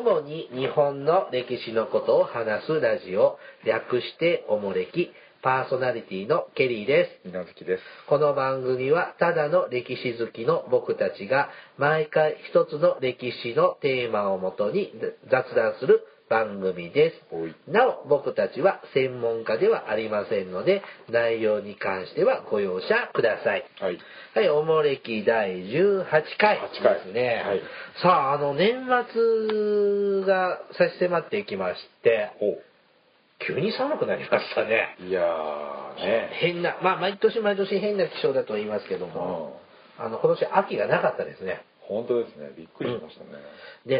主に日本の歴史のことを話すラジオ、略しておもれき、パーソナリティのケリーです。 みなずきです。 この番組はただの歴史好きの僕たちが毎回一つの歴史のテーマをもとに雑談する番組です。なお僕たちは専門家ではありませんので、内容に関してはご容赦ください。 はい。 はい、おもれき第18回ですね。 はい。 さあ、年末が差し迫っていきまして、急に寒くなりましたね。 いやーね。 変な、まあ毎年毎年変な気象だと言いますけども、今年秋がなかったですね。 本当ですね。びっくりしましたね。 で、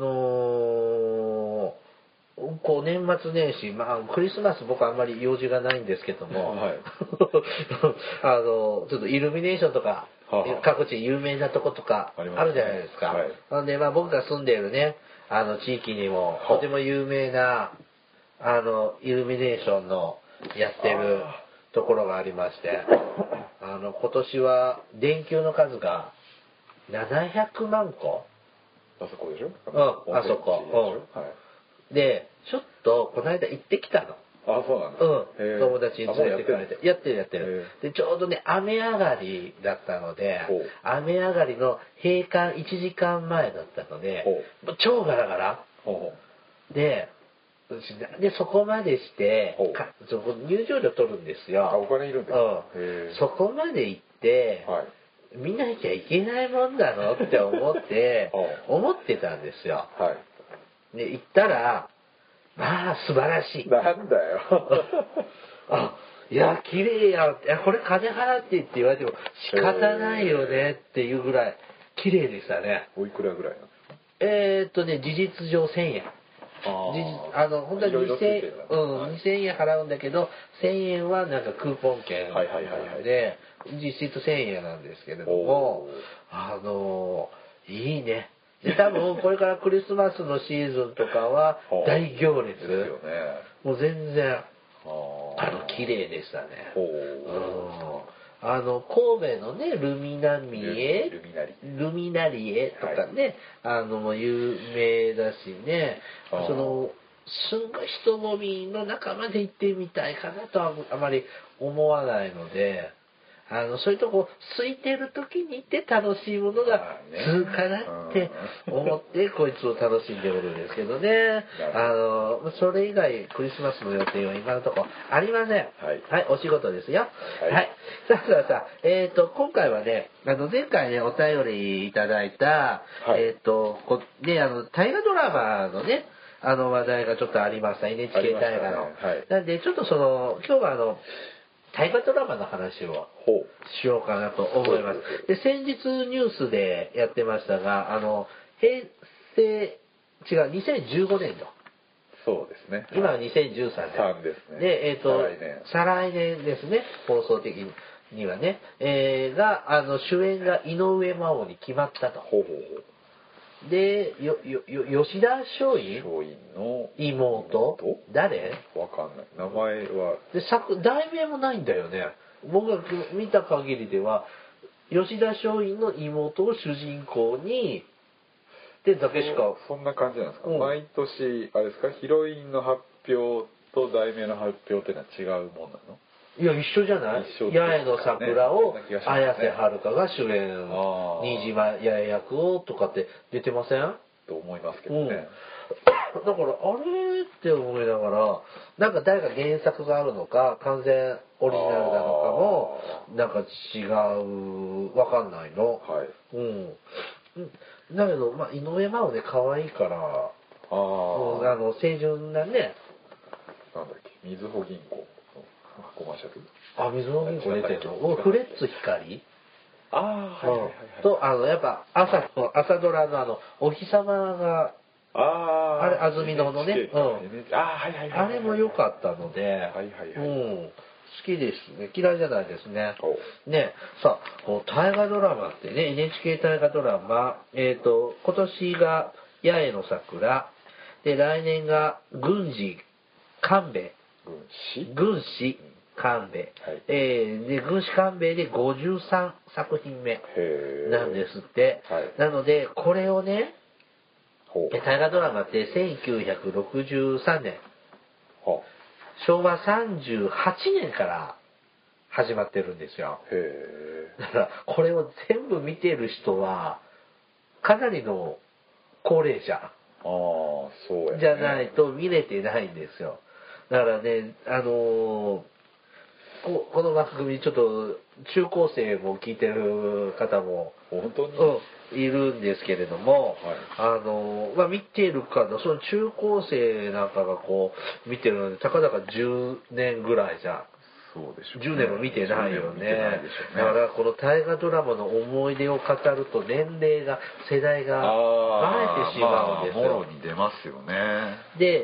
こう年末年始、まあクリスマス僕はあんまり用事がないんですけども、 はいちょっとイルミネーションとか、各地有名なとことかあるじゃないですか。 はい。 なのでまあ僕が住んでいるね、地域にもとても有名なイルミネーションのやってるところがありまして、今年は電球の数が700万個。 あそこでしょ？ あそこ。 はい。 で、ちょっとこの間行ってきたの。 あ、そうなんですか。友達に連れてかれて。やってる。で、ちょうどね、雨上がりだったので、雨上がりの閉館1時間前だったので、超ガラガラ。で、そこまでして、入場料取るんですよ。 お金いるんですか？ そこまで行って、見なきゃいけないもんだろって思ってたんですよ。で、行ったら、まあ、素晴らしい。 なんだよ。 いや、綺麗や。これ金払ってって言われても仕方ないよねっていうぐらい綺麗でしたね。 おいくらぐらいなんですか？ 事実上1000円。本当は2000円払うんだけど、1000円はなんかクーポン券で、実質1000円なんですけれども、いいね。で、多分これからクリスマスのシーズンとかは大行列。ですよね。もう全然、綺麗でしたね。神戸のね、ルミナリエとかね、有名だしね、すんごい人混みの中まで行ってみたいかなとはあまり思わないので、そういうとこ空いてる時に行って楽しむのが通かなって思ってこいつを楽しんでるんですけどね。それ以外クリスマスの予定は今のところありません。はい、お仕事ですよ。はい。さあ、今回はね、前回ね、お便りいただいた、大河ドラマのね、話題がちょっとありました。NHK 大河の。なんで、ちょっと今日は大河ドラマの話をしようかなと思います。で、先日ニュースでやってましたが、2015年度。 そうですね。 今は2013年。 3ですね。 で、再来年ですね、放送的にはね。主演が井上真央に決まったと。で、吉田松陰の妹誰？ わかんない。名前は。 で、題名もないんだよね。僕が見た限りでは、吉田松陰の妹を主人公に、で、だけしか。 そんな感じなんですか？毎年、あれですか、ヒロインの発表と題名の発表っていうのは違うもんなの？ いや、一緒じゃない？八重の桜を綾瀬はるかが主演、新島八重役をとかって出てません？ と思いますけどね。 だから、あれって思いながら、なんか誰か原作があるのか、完全オリジナルなのかも、なんか違う、わかんないの。だけど、まあ、井上真央ね、可愛いから、清純なね。 なんだっけ、みずほ銀行。コマーシャル？ みずほ銀行出てるの？フレッツ光？と、やっぱ朝ドラのお日様が、あれ、安住のね、あれも良かったので、好きですね。嫌いじゃないですね。ね、さあ、大河ドラマってね、NHK 大河ドラマ、今年が八重の桜、で、来年が軍師官兵衛。軍師官兵衛。で、軍師官兵衛で53作品目なんですって。なので、これをね、 大河ドラマって1963年、 は昭和38年から始まってるんですよ。 へだからこれを全部見てる人はかなりの高齢者ああ、そうやね。 じゃないと見れてないんですよ。だからね、この番組ちょっと中高生も聞いてる方も本当に、 いるんですけれども、見てる方、その中高生なんかがこう見てるので、たかだか10年ぐらいじゃ、 そうでしょうね、 10年も見てないよ 10年も見てないね。 でしょうね。 だからこの大河ドラマの思い出を語ると年齢が、世代がバレてしまうんですよ。 もろに出ますよね。 で、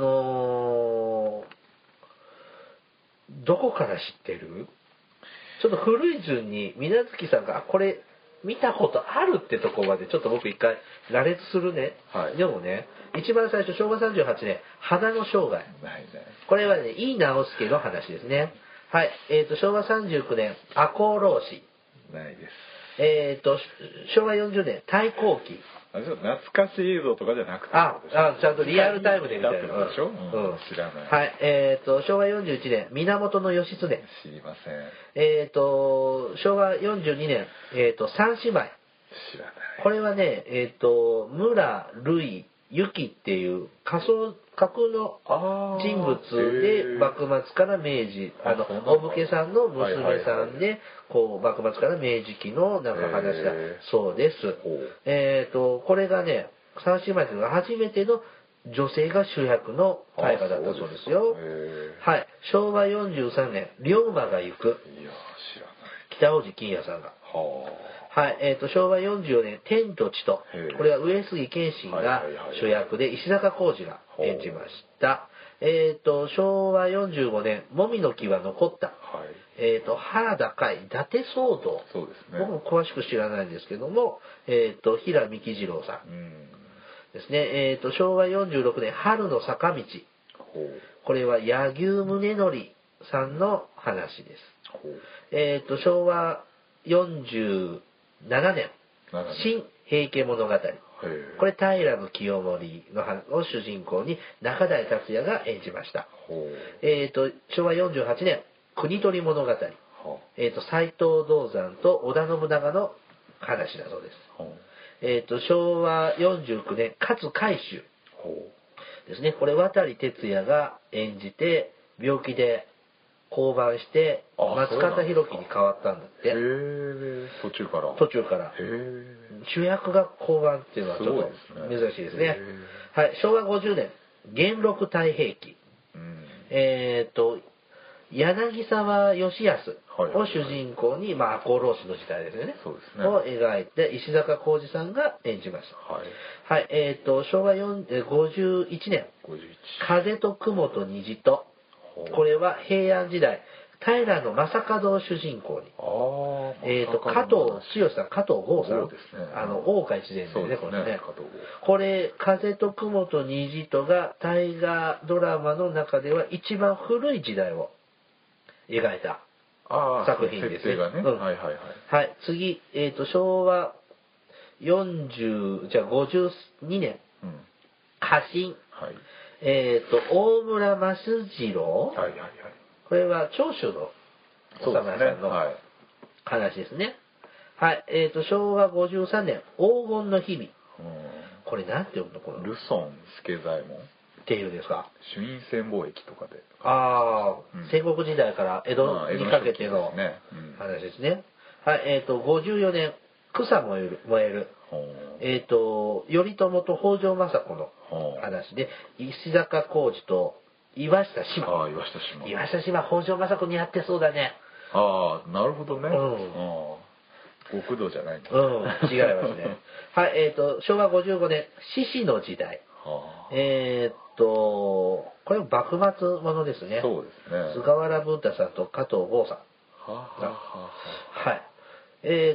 どこから知ってる？ちょっと古い順に水無月さんがこれ見たことあるってとこまでちょっと僕一回羅列するね。 はい、 でもね、一番最初昭和38年花の生涯。 ないね。 これはね、井伊直弼の話ですね。はい。昭和39年赤穂浪士。 ないです。 昭和40年太閤記。 懐かしい映像とかじゃなくて、 ちゃんとリアルタイムで見たいな。 でしょ、知らない。 はい。昭和41年源義経。 知りません。 昭和42年三姉妹。 知らない。 これはね、村瑠由紀っていう架空の人物で幕末から明治、お武家さんの娘さんで、こう幕末から明治期のなんか話がそうです。これがね、三姉妹というのが初めての女性が主役の大河だったそうですよ。はい。昭和43年、龍馬が行く。 いや、知らない。 北大路欣也さんが。はい、昭和44年、天と地と。これは上杉謙信が主役で、石坂浩二が演じました。昭和45年、もみの木は残った。原田海、伊達騒動。 そうですね。 僕も詳しく知らないんですけども、平幹二郎さん。ですね。昭和46年、春の坂道。これは柳生宗則さんの話です。昭和47年、新平家物語。これ平清盛の主人公に中台達也が演じました。昭和48年、国取物語。斎藤道山と織田信長の話だそうです。昭和49年、勝海舟ですね。これ渡哲也が演じて病気で降板して松方弘樹に変わったんだって。 途中から主役が降板っていうのはちょっと珍しいですね。はい。昭和50年、元禄太平記。柳沢義康を主人公に、赤穂浪士の時代ですよね。を描いて石坂浩二さんが演じました。はい。昭和51年、風と雲と虹と。これは平安時代、平正門を主人公に。加藤剛さん、加藤剛さん。大岡一善でね、これね。これ、風と雲と虹とが大河ドラマの中では一番古い時代を描いた作品ですね。はい。次、昭和52年、家臣。大村益次郎。これは長州のお侍さんの話ですね。はい。昭和53年、黄金の日々。これなんて読むの？このルソン助左衛門っていうんですか？ 朱印船貿易とかで。 戦国時代から江戸にかけての話ですね。はい。54年、草燃える。頼朝と北条政子の話で、石坂浩二と岩下志麻。岩下志麻、北条政子にやってそうだね。 なるほどね。極道じゃないんだ。 違いますね。はい、昭和55年、獅子の時代。これも幕末ものですね。 そうですね。 菅原文太さんと加藤剛さん。はい。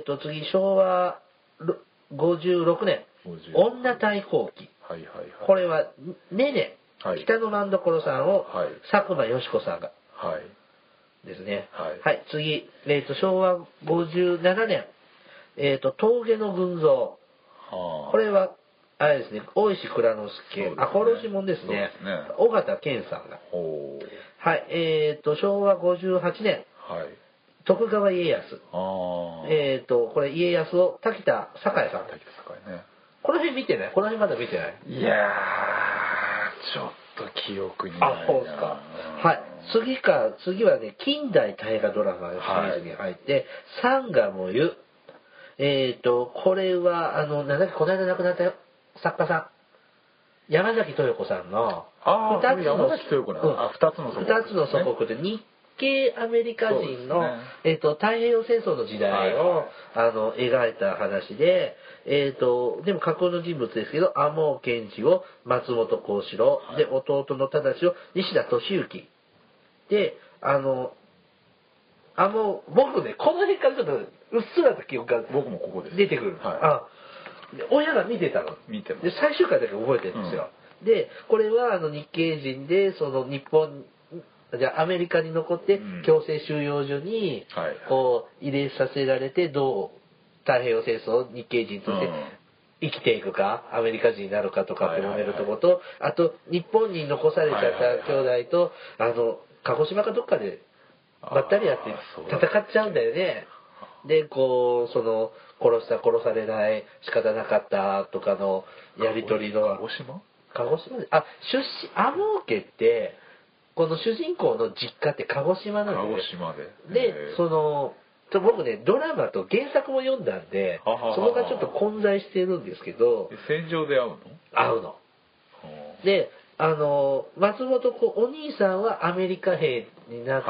次、昭和56年、女太閤記。これは、ねね、北の万所さんを佐久間よし子さんが。ですね。はい。次、昭和57年、峠の群像。これは、 あれですね、大石蔵之介、 そうですねアコロジモンですねそうですね。 尾形健さんが。 ほう。 はい、昭和58年、 はい。 徳川家康。 ああ。 これ家康を滝田栄さん。 滝田栄ね。 この辺見てない？この辺まだ見てない？ いやー、ちょっと記憶にないな。 あ、そうですか。はい。次はね、近代大河ドラマシリーズに入って、サンガもゆ。これは、なんだっけ、この間亡くなった作家さん。山崎豊子さんの、 山崎豊子なの。二つの祖国で、日系アメリカ人の、 ね、 太平洋戦争の時代を、描いた話で、でも架空の人物ですけど、天羽健治を松本幸四郎、で、弟の忠を西田敏行。で、僕ね、この辺からちょっと、うっすらと記憶が僕もここです出てくる。で親が見てたの。 見てます。 で、最終回だけ覚えてるんですよ。で、これは日系人で、その日本、じゃあアメリカに残って強制収容所にこう入れさせられて、どう太平洋戦争日系人として生きていくか、アメリカ人になるかとかって揉めるとこと、あと日本に残されちゃった兄弟と鹿児島かどっかでばったりやって戦っちゃうんだよね。でこう殺されない、仕方なかったとかのやり取りの鹿児島で天羽家ってこの主人公の実家って鹿児島なんですよ。 鹿児島で。 で僕ねドラマと原作も読んだんで、そこがちょっと混在してるんですけど。 戦場で会うの？ 会うの。で松本お兄さんはアメリカ兵になって、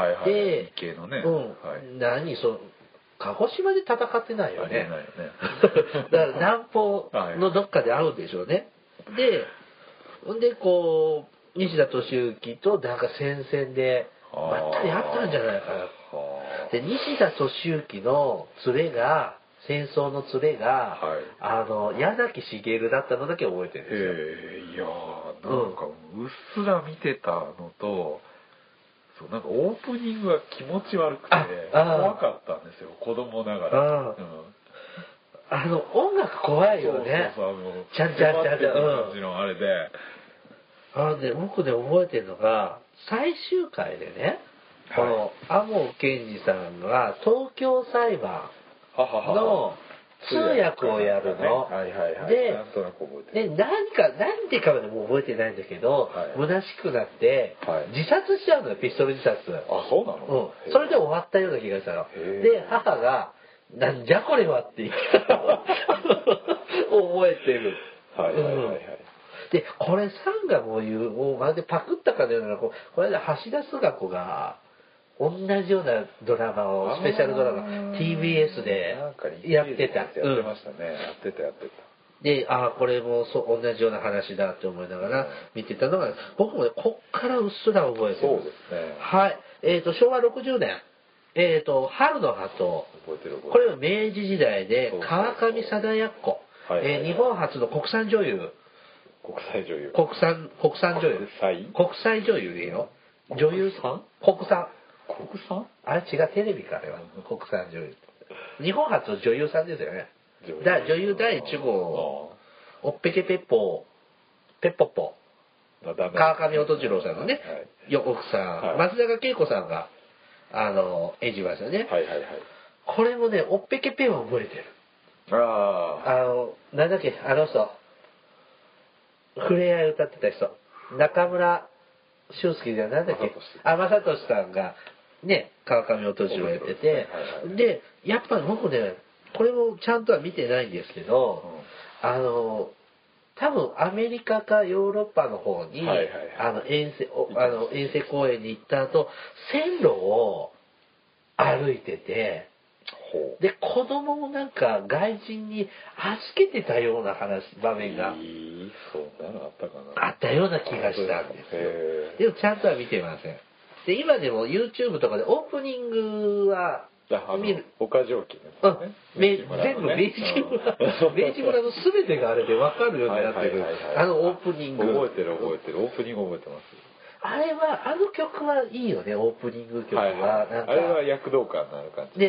日系のね。 鹿児島で戦ってないよね。 ないよね。 だから南方のどっかで会うんでしょうね。でこう西田敏行となんか戦線でばったり会ったんじゃないかな。で西田敏行の連れが戦争の連れが、矢崎茂だったのだけ覚えてるんですよ。 いやーなんかうっすら見てたのと。なんかオープニングが気持ち悪くて怖かったんですよ、子供ながら。 音楽怖いよね。ちゃんちゃんちゃんちゃん感じのあれで。 僕で覚えてるのが最終回でね、この天羽健治さんが東京裁判の通訳をやるの。で、何でかまでもう覚えてないんだけど、虚しくなって自殺しちゃうのよ、ピストル自殺。 あ、そうなの？ それで終わったような気がしたの。で、母がなんじゃこれはって言ったの覚えてる。で、これサンガも言う、もうまるでパクったかのような、この間橋田壽賀子が同じようなドラマを、スペシャルドラマ TBS でやってた。 やってましたね。やってた。 で、これも同じような話だって思いながら見てたのが、僕もね、こっからうっすら覚えてる。 そうですね。 はい。昭和60年。春の鳩。これは明治時代で、川上貞奴。日本初の国産女優。国際女優でいいの？女優さん？国産あれ違う、テレビか、あれは。国産女優。日本初の女優さんですよね。女優第1号。おっぺけぺっぽっぽ。川上音次郎さんのね、奥さん。松坂慶子さんが、演じましたね。これもね、おっぺけぺを覚えてる。なんだっけ、あの人。触れ合い歌ってた人。中村俊介じゃなんだっけ、正俊さんがね、川上音次郎やってて、でやっぱ僕ね、これもちゃんとは見てないんですけど、多分アメリカかヨーロッパの方に遠征公演に行った後、線路を歩いてて、で子供もなんか外人に預けてたような場面があったような気がしたんですよ。でもちゃんとは見てません。で今でも YouTube とかでオープニングは見る。 岡条記ね。 全部明治村の全てがあれで分かるようになってる。オープニング。 覚えてる。オープニング覚えてます。 あの曲はいいよね、オープニング曲は。 あれは躍動感のある感じで、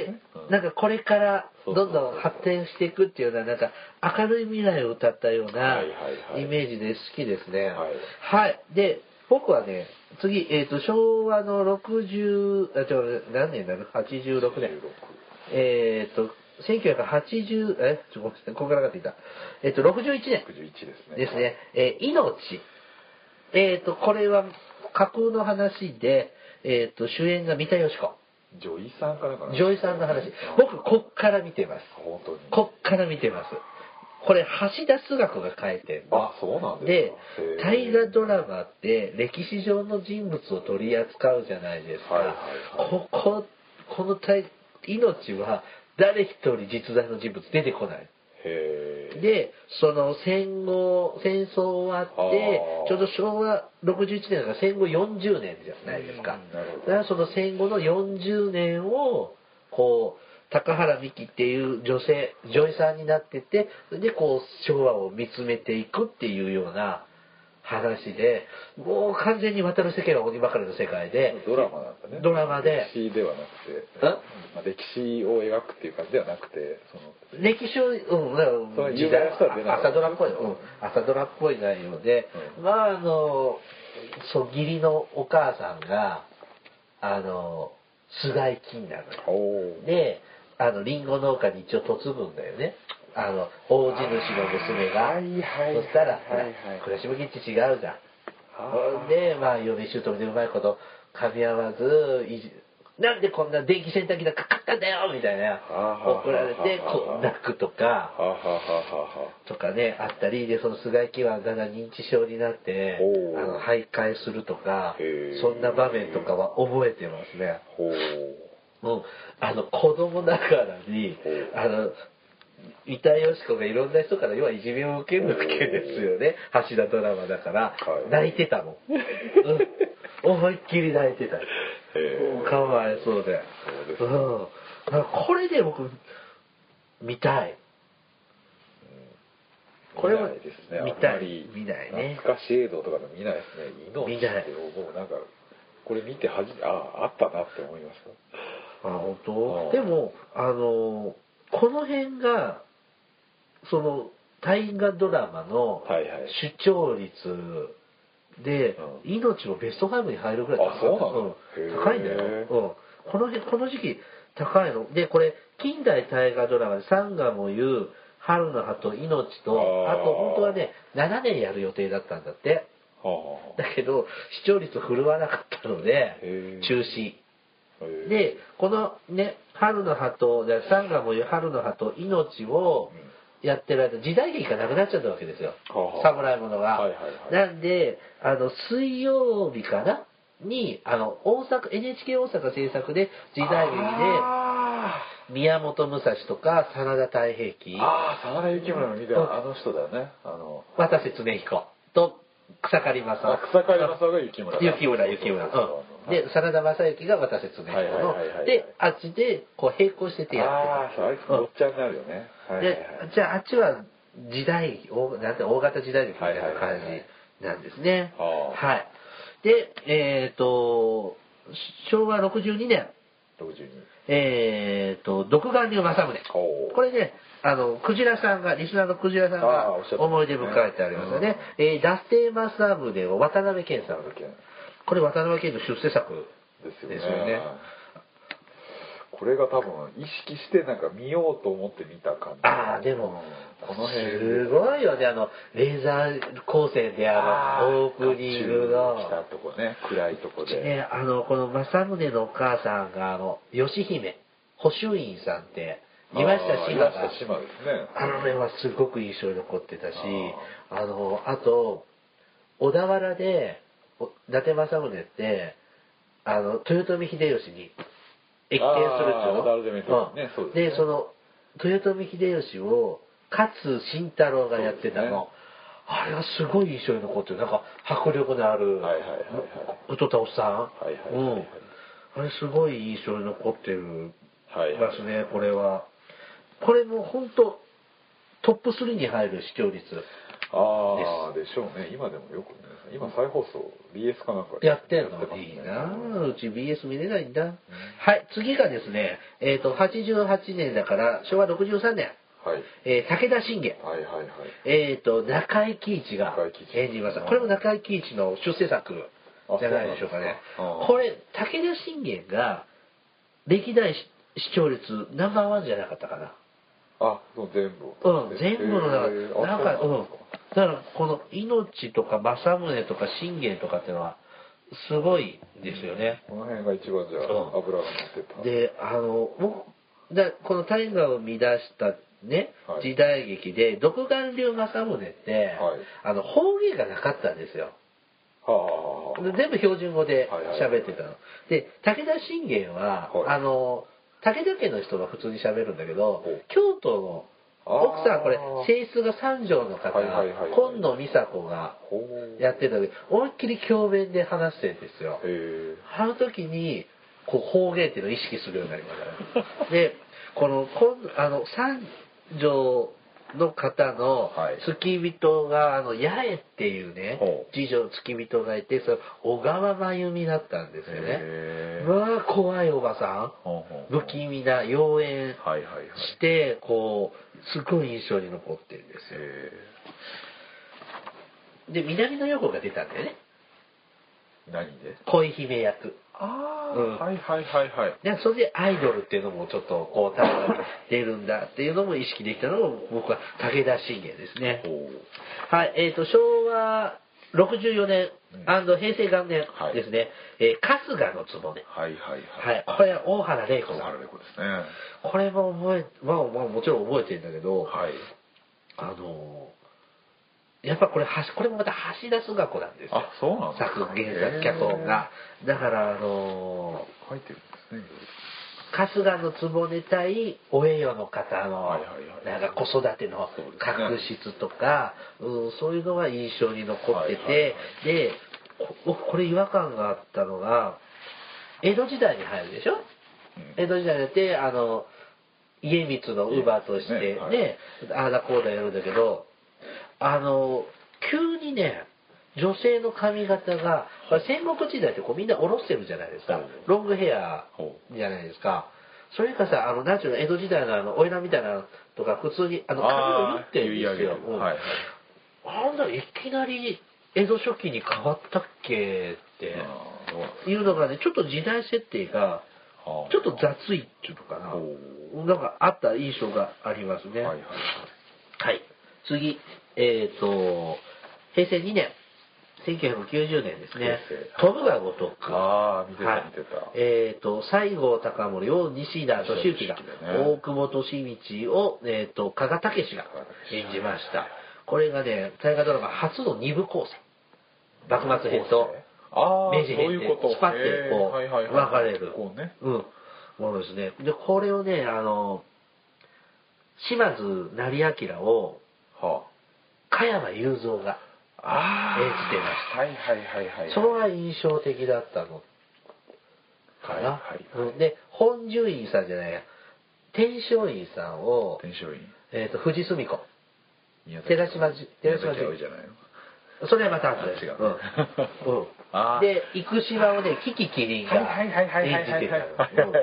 なんかこれからどんどん発展していくっていうような、なんか明るい未来を歌ったようなイメージで好きですね。はい。で、僕はね、次、昭和の何年だろう ?86 年。1980、ごめんなさい、ここからがっていた。61年。 61ですね。 ですね。命。これは架空の話で、主演が三田佳子。 女医さんかなんかな。 女医さんの話。僕、こっから見てます。 本当に。 こっから見てます。これ、橋田壽賀子が書いてるの。 あ、そうなんですか。で、大河ドラマって歴史上の人物を取り扱うじゃないですか。この命は誰一人実在の人物出てこない。で、その戦争終わって、ちょうど昭和61年だから戦後40年じゃないですか。だからその戦後の40年を、こう、高原美希っていう女医さんになってて、で、こう、昭和を見つめていくっていうような話で、もう完全に渡る世間は鬼ばかりの世界で、 ドラマなんだね。 ドラマで。 歴史ではなくて、歴史を描くっていう感じではなくて、 歴史を、時代、朝ドラっぽい、朝ドラっぽい内容で、まあ義理のお母さんが、菅井金なのよ。で、リンゴ農家に一応嫁ぐんだよね。大地主の娘が。そしたら、暮らし向きって違うじゃん。で、まあ、嫁姑でうまいこと噛み合わず、なんでこんな電気洗濯機がかかったんだよみたいな、怒られて、こう、泣くとか、とかね、あったり、で、その菅井金はだんだん認知症になって、徘徊するとか、そんな場面とかは覚えてますね。子供ながらに、三田佳子がいろんな人から要はいじめを受けるわけですよね。橋田ドラマだから、泣いてたもん。思いっきり泣いてた。かわいそうで。これで僕、見たい。これは見たい。見ないね。 懐かし映像とかでも見ないですね。命って思う。なんか、これ見てあったなって思いました。 本当？でも、この辺が、その、大河ドラマの視聴率で、命もベスト5に入るぐらい高いんだよ。この時期高いの。で、これ、近代大河ドラマで、三河も言う、春の葉と命と、あと本当はね、7年やる予定だったんだって。だけど、視聴率振るわなかったので、中止。で、このね、春の葉と、三河も言う春の葉と命をやってる間、時代劇がなくなっちゃったわけですよ。侍物が。なんで、水曜日かなに、NHK 大阪制作で時代劇で、宮本武蔵とか、真田太平記。 真田幸村の見たあの人だよね。 渡瀬恒彦と、草刈正雄。 草刈正雄が幸村。 幸村。で、真田正幸が渡瀬恒彦の。で、あっちで、こう、並行しててやってる。あれ、ごっちゃになるよね。 で、じゃあ、あっちは、時代劇、大型時代劇みたいな感じなんですね。はい。で、昭和62年。独眼竜政宗。これね、クジラさんが、リスナーのクジラさんが思い出深いってありますよね。伊達政宗を渡辺謙さん。これ渡辺謙の出世作ですよね。 これが多分意識してなんか見ようと思って見た感じ。 でも、この辺すごいよね、レーザー光線でオープニングの。 来たとこね、暗いとこで。 ね、この政宗のお母さんが、義姫、保守院さんって、岩下志麻が、 ですね。 辺はすごく印象に残ってたし、あと、小田原で、伊達政宗って、豊臣秀吉に、謁見するっていうの。で、その、豊臣秀吉を、勝慎太郎がやってたの。あれはすごい印象に残ってる。なんか、迫力のある、太田おっさん。あれすごい印象に残ってるますね、これは。これも本当トップ3に入る視聴率。 ああでしょうね。今でもよくね。今再放送 BS かなんかやってんのますね。 いいな。うち BS 見れないんだ。はい、次がですね、88年だから昭和63年。 はい。 武田信玄。 はいはいはい。 中井貴一が演じました。これも中井貴一の出世作じゃないでしょうかね。これ、武田信玄が歴代視聴率ナンバーワンじゃなかったかな。 あ、そう全部。 全部のなんか、だからこの命とか政宗とか信玄とかっていうのはすごいですよね。 この辺が一番じゃあ油が乗ってた。 で、この大河を生み出したね、時代劇で独眼竜政宗って、方言がなかったんですよ。全部標準語で喋ってたの。で、武田信玄は、武田家の人が普通に喋るんだけど、京都の奥さん、これ正室が三条の方、今野美佐子がやってたので、思いっきり教鞭で話してるんですよ。あの時にこう方言っていうのを意識するようになりました。で、この三条の方の付き人が八重っていうね、次女付き人がいて、それ小川真由美だったんですよね。まあ怖いおばさん、不気味な妖艶して、こうすごい印象に残ってるんですよ。で、南野陽子が出たんだよね。 何で？ 恋姫役。 はいはいはいはい。 で、それでアイドルっていうのもちょっとこう出るんだっていうのも意識できたのが僕は武田信玄ですね。はい、昭和64年、平成元年ですね。春日の局。 はいはいはい。これは大原麗子さん。 大原麗子ですね。 これももちろん覚えてるんだけど、やっぱこれもまた橋田壽賀子なんですよ。 そうなんですか。 作原作脚本が。だから書いてるんですね。 春日の局対お栄誉の方のなんか子育ての確執とか、そういうのが印象に残ってて、で、僕これ違和感があったのが江戸時代に入るでしょ。江戸時代になって家光の乳母としてね、ああだこうだやるんだけど、急にね、女性の髪型が、戦国時代ってこうみんな下ろしてるじゃないですか。ロングヘアじゃないですか。それかさ、なんちゅうの、江戸時代の花魁みたいなのとか、普通に、髪を結ってるんですよ。なんだ、いきなり江戸初期に変わったっけっていうのがね、ちょっと時代設定が、ちょっと雑いっていうのかな。なんかあった印象がありますね。はい。次、平成2年。1990年ですね。飛ぶが如く。 見てた。 西郷隆盛を西田敏行が、大久保利通を、加賀武史が演じました。これがね、大河ドラマ初の2部構成。幕末編と明治編でスパッてこう分かれるものですね。で、これをね、島津斉彬を加山雄三が演じてました。それが印象的だったのかな。で、本獣院さんじゃないや、天璋院さんを藤澄子、寺島じゃないの。それはまた後ですよ。で、生島をね、キキキリンが演じてたの。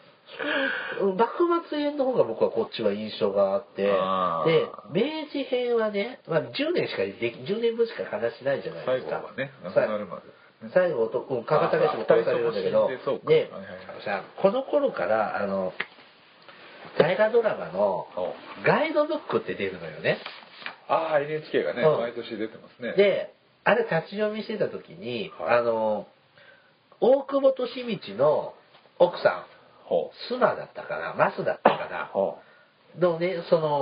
幕末編の方が僕はこっちは印象があって、で、明治編はね、10年分しか話しないじゃないですか。最後と加賀武史も殺されるんだけど、で、この頃から大河ドラマのガイドブックって出るのよね。 NHK がね、毎年出てますね。 で、あれ立ち読みしてた時に、大久保利通の奥さん、須磨だったかな、増だったかなのね、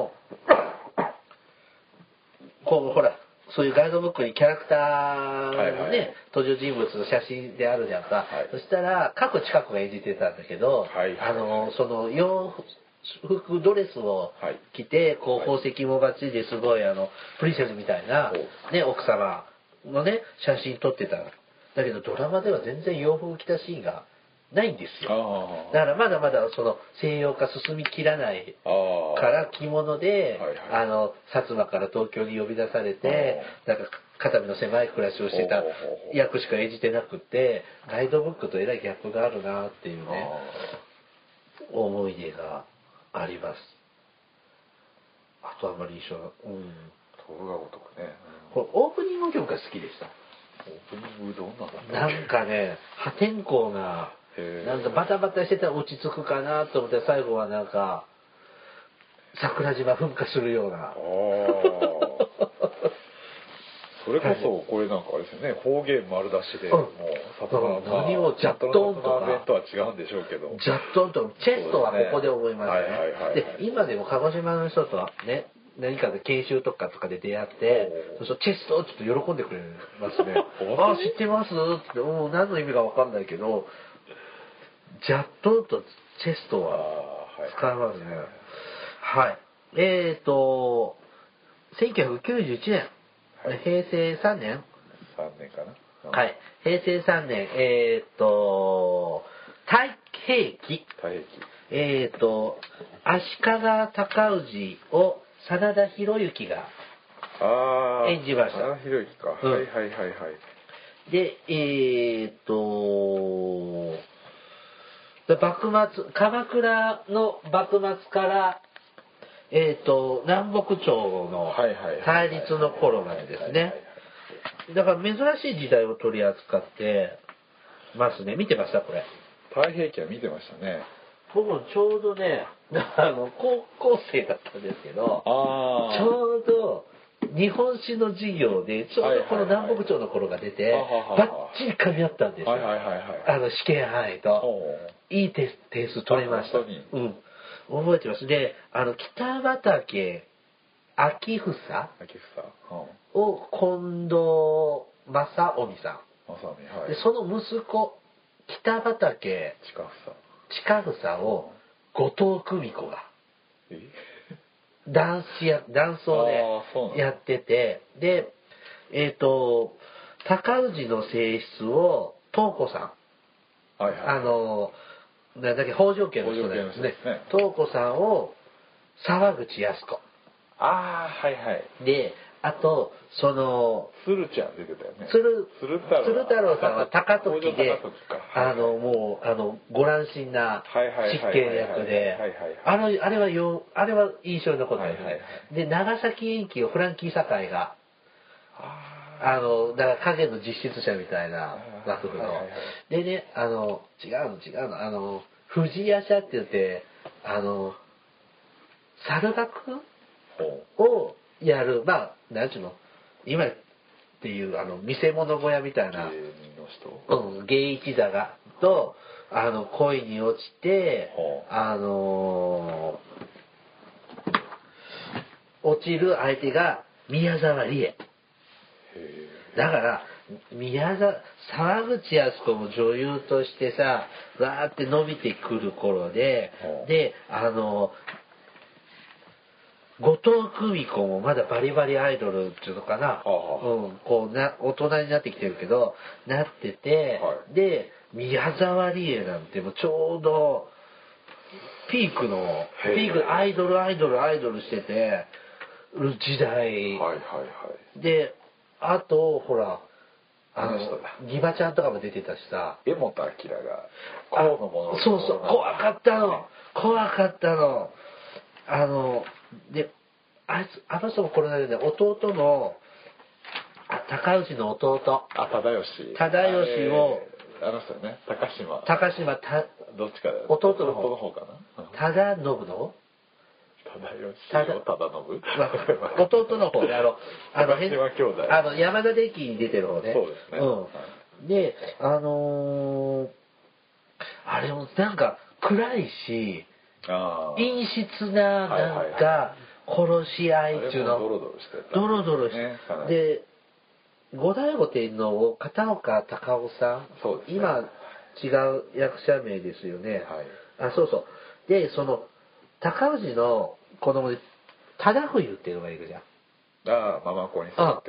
こうほら、そういうガイドブックにキャラクターのね、登場人物の写真であるじゃんか。そしたら各近くが演じてたんだけど、その洋服ドレスを着て、こう宝石もばっちりですごいプリンセスみたいなね、奥様のね写真撮ってた。だけどドラマでは全然洋服着たシーンがないんですよ。だからまだまだその西洋化進みきらないから着物で、薩摩から東京に呼び出されて、なんか肩身の狭い暮らしをしてた役しか演じてなくて、ガイドブックとえらいギャップがあるなっていうね、思い出があります。あとあんまり一緒な、 飛ぶが如くね。 これオープニング曲が好きでした。 オープニングどんなの？ なんかね、破天荒な、なんかバタバタしてたら落ち着くかなと思って最後はなんか桜島噴火するような。 それこそこれなんかあれですよね、方言丸出しで、もう何をジャットンとかとは違うんでしょうけど、 ジャットンとチェストはここで覚えましたね。で今でも鹿児島の人とはね、何かで研修とかで出会って、そうするとチェストをちょっと喜んでくれますね。あ、知ってますって、何の意味か分かんないけど、ジャットとチェストは使えますね。はい。1991年、平成3年 3年かな。 はい。平成3年、太平記。足利尊氏を真田広之が演じました。 真田広之か。はいはいはいはい。 で、幕末、鎌倉の幕末から、南北朝の対立の頃までですね。だから珍しい時代を取り扱ってますね。見てましたこれ。 太平記は見てましたね。 僕もちょうどね、高校生だったんですけど、ちょうど日本史の授業でちょうどこの南北朝の頃が出て、バッチリ噛み合ったんですよ。試験範囲と。いい点数取れました。覚えてます。で、北畠昭房を近藤正臣さん。で、その息子、北畠近房を後藤久美子がダン奏でやってて、で、高氏の性質を東子さん、なんだっけ、北条家の人なんですね。東子さんを沢口靖子。で、あと、 鶴ちゃん出てたよね。 鶴太郎さんは高時で、もう、ご乱心な執権役で、あれは印象に残ってますね。で、長崎延期をフランキー堺が、だから影の実質者みたいな幕府の。でね、違うの、藤屋社って言って、猿楽をやる、なんちゅうの、今っていう、見せ物小屋みたいな、芸一座が、と、恋に落ちて、落ちる相手が宮沢りえ。だから沢口靖子も女優としてさ、わーって伸びてくる頃で、後藤久美子もまだバリバリアイドルっていうのかな、大人になってきてるけど、なってて、で、宮沢りえなんてもうちょうど、ピークアイドルしてて、る時代。で、あと、ほら、ギバちゃんとかも出てたしさ。 柄本明が、河のもの。 そうそう、怖かったの。で、あの人もこれだけで、弟の、高氏の弟。 忠義。 忠義を、 あの人ね、高島。 どっちかだよ。 弟の方かな。 忠信の忠信弟の方で、 島兄弟。 山田電機に出てる方ね。 そうですね。 で、あれもなんか暗いし、陰湿な、なんか、殺し合いっていうの。 ドロドロしてた。ドロドロして。で、後醍醐天皇を片岡孝夫さん。 そうですね。 今、違う役者名ですよね。そうそう。で、高氏の子供で、忠冬っていうのがいるじゃん。 ママ子に沿って。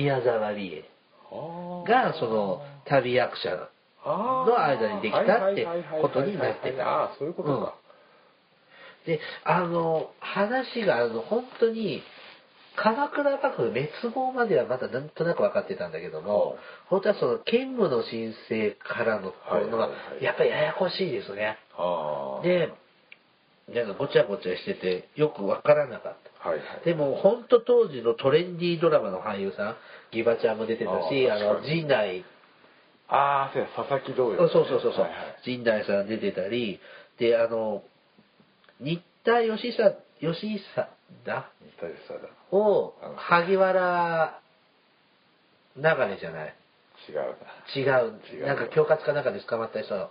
あれの母親を宮沢りえが、 旅役者の間にできたってことになってた。 ああ、そういうことか。 で、話が本当に、鎌倉幕府滅亡まではまだなんとなく分かってたんだけども、本当はその兼務の申請からののが、やっぱりややこしいですね。で、なんかごちゃごちゃしててよく分からなかった。でも本当当時のトレンディードラマの俳優さん、ギバちゃんも出てたし、陣内。 そうや、佐々木同様。 そう。陣内さん出てたり、で、新田義貞を萩原流れじゃない。違う。なんか恐喝かなんかで捕まった人の。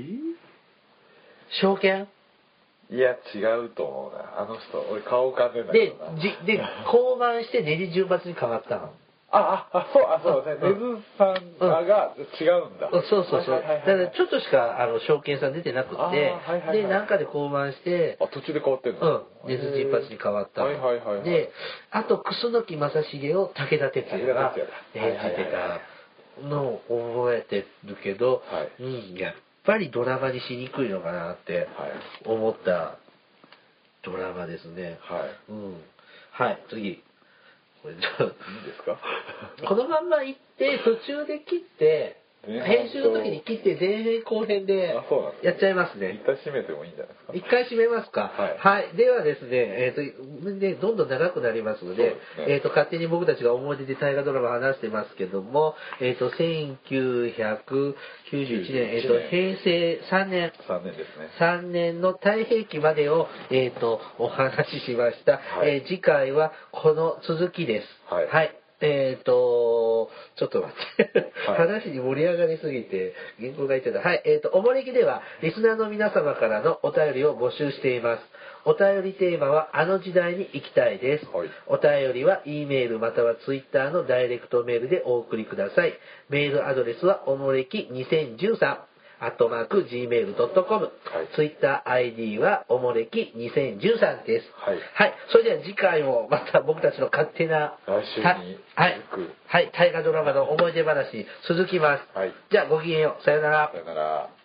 証券？ いや、違うと思うな。あの人、俺顔浮かんでないけどな。 で、降板して練り順罰に変わったの。 そうね。根津さんが違うんだ。 そう。だからちょっとしか証券さん出てなくて、で、なんかで降板して、 途中で変わってんの？ 根津陣八に変わったの。で、あと、楠木正成を武田鉄矢が演じてたのを覚えてるけど、やっぱりドラマにしにくいのかなって思ったドラマですね。はい、次。これいいですか？ このまんま行って途中で切って編集の時に切って前編後編でやっちゃいますね。 一回締めてもいいんじゃないですか？ 一回締めますか？はい。ではですね、どんどん長くなりますので、勝手に僕たちが思い出で大河ドラマ話してますけども、1991年、平成3年。 3年ですね。 3年の太平記までを、お話ししました。次回はこの続きです。はい。ちょっと待って。話に盛り上がりすぎて、原稿が言ってた。はい。おもれきでは、リスナーの皆様からのお便りを募集しています。お便りテーマは、あの時代に行きたいです。お便りは、Eメールまたは Twitter のダイレクトメールでお送りください。メールアドレスは、おもれき2013。@gmail.com、Twitter ID はおもれき2013です。はい。それでは次回もまた僕たちの勝手な来週に大河ドラマの思い出話続きます。じゃあごきげんよう。さよなら。 さよなら。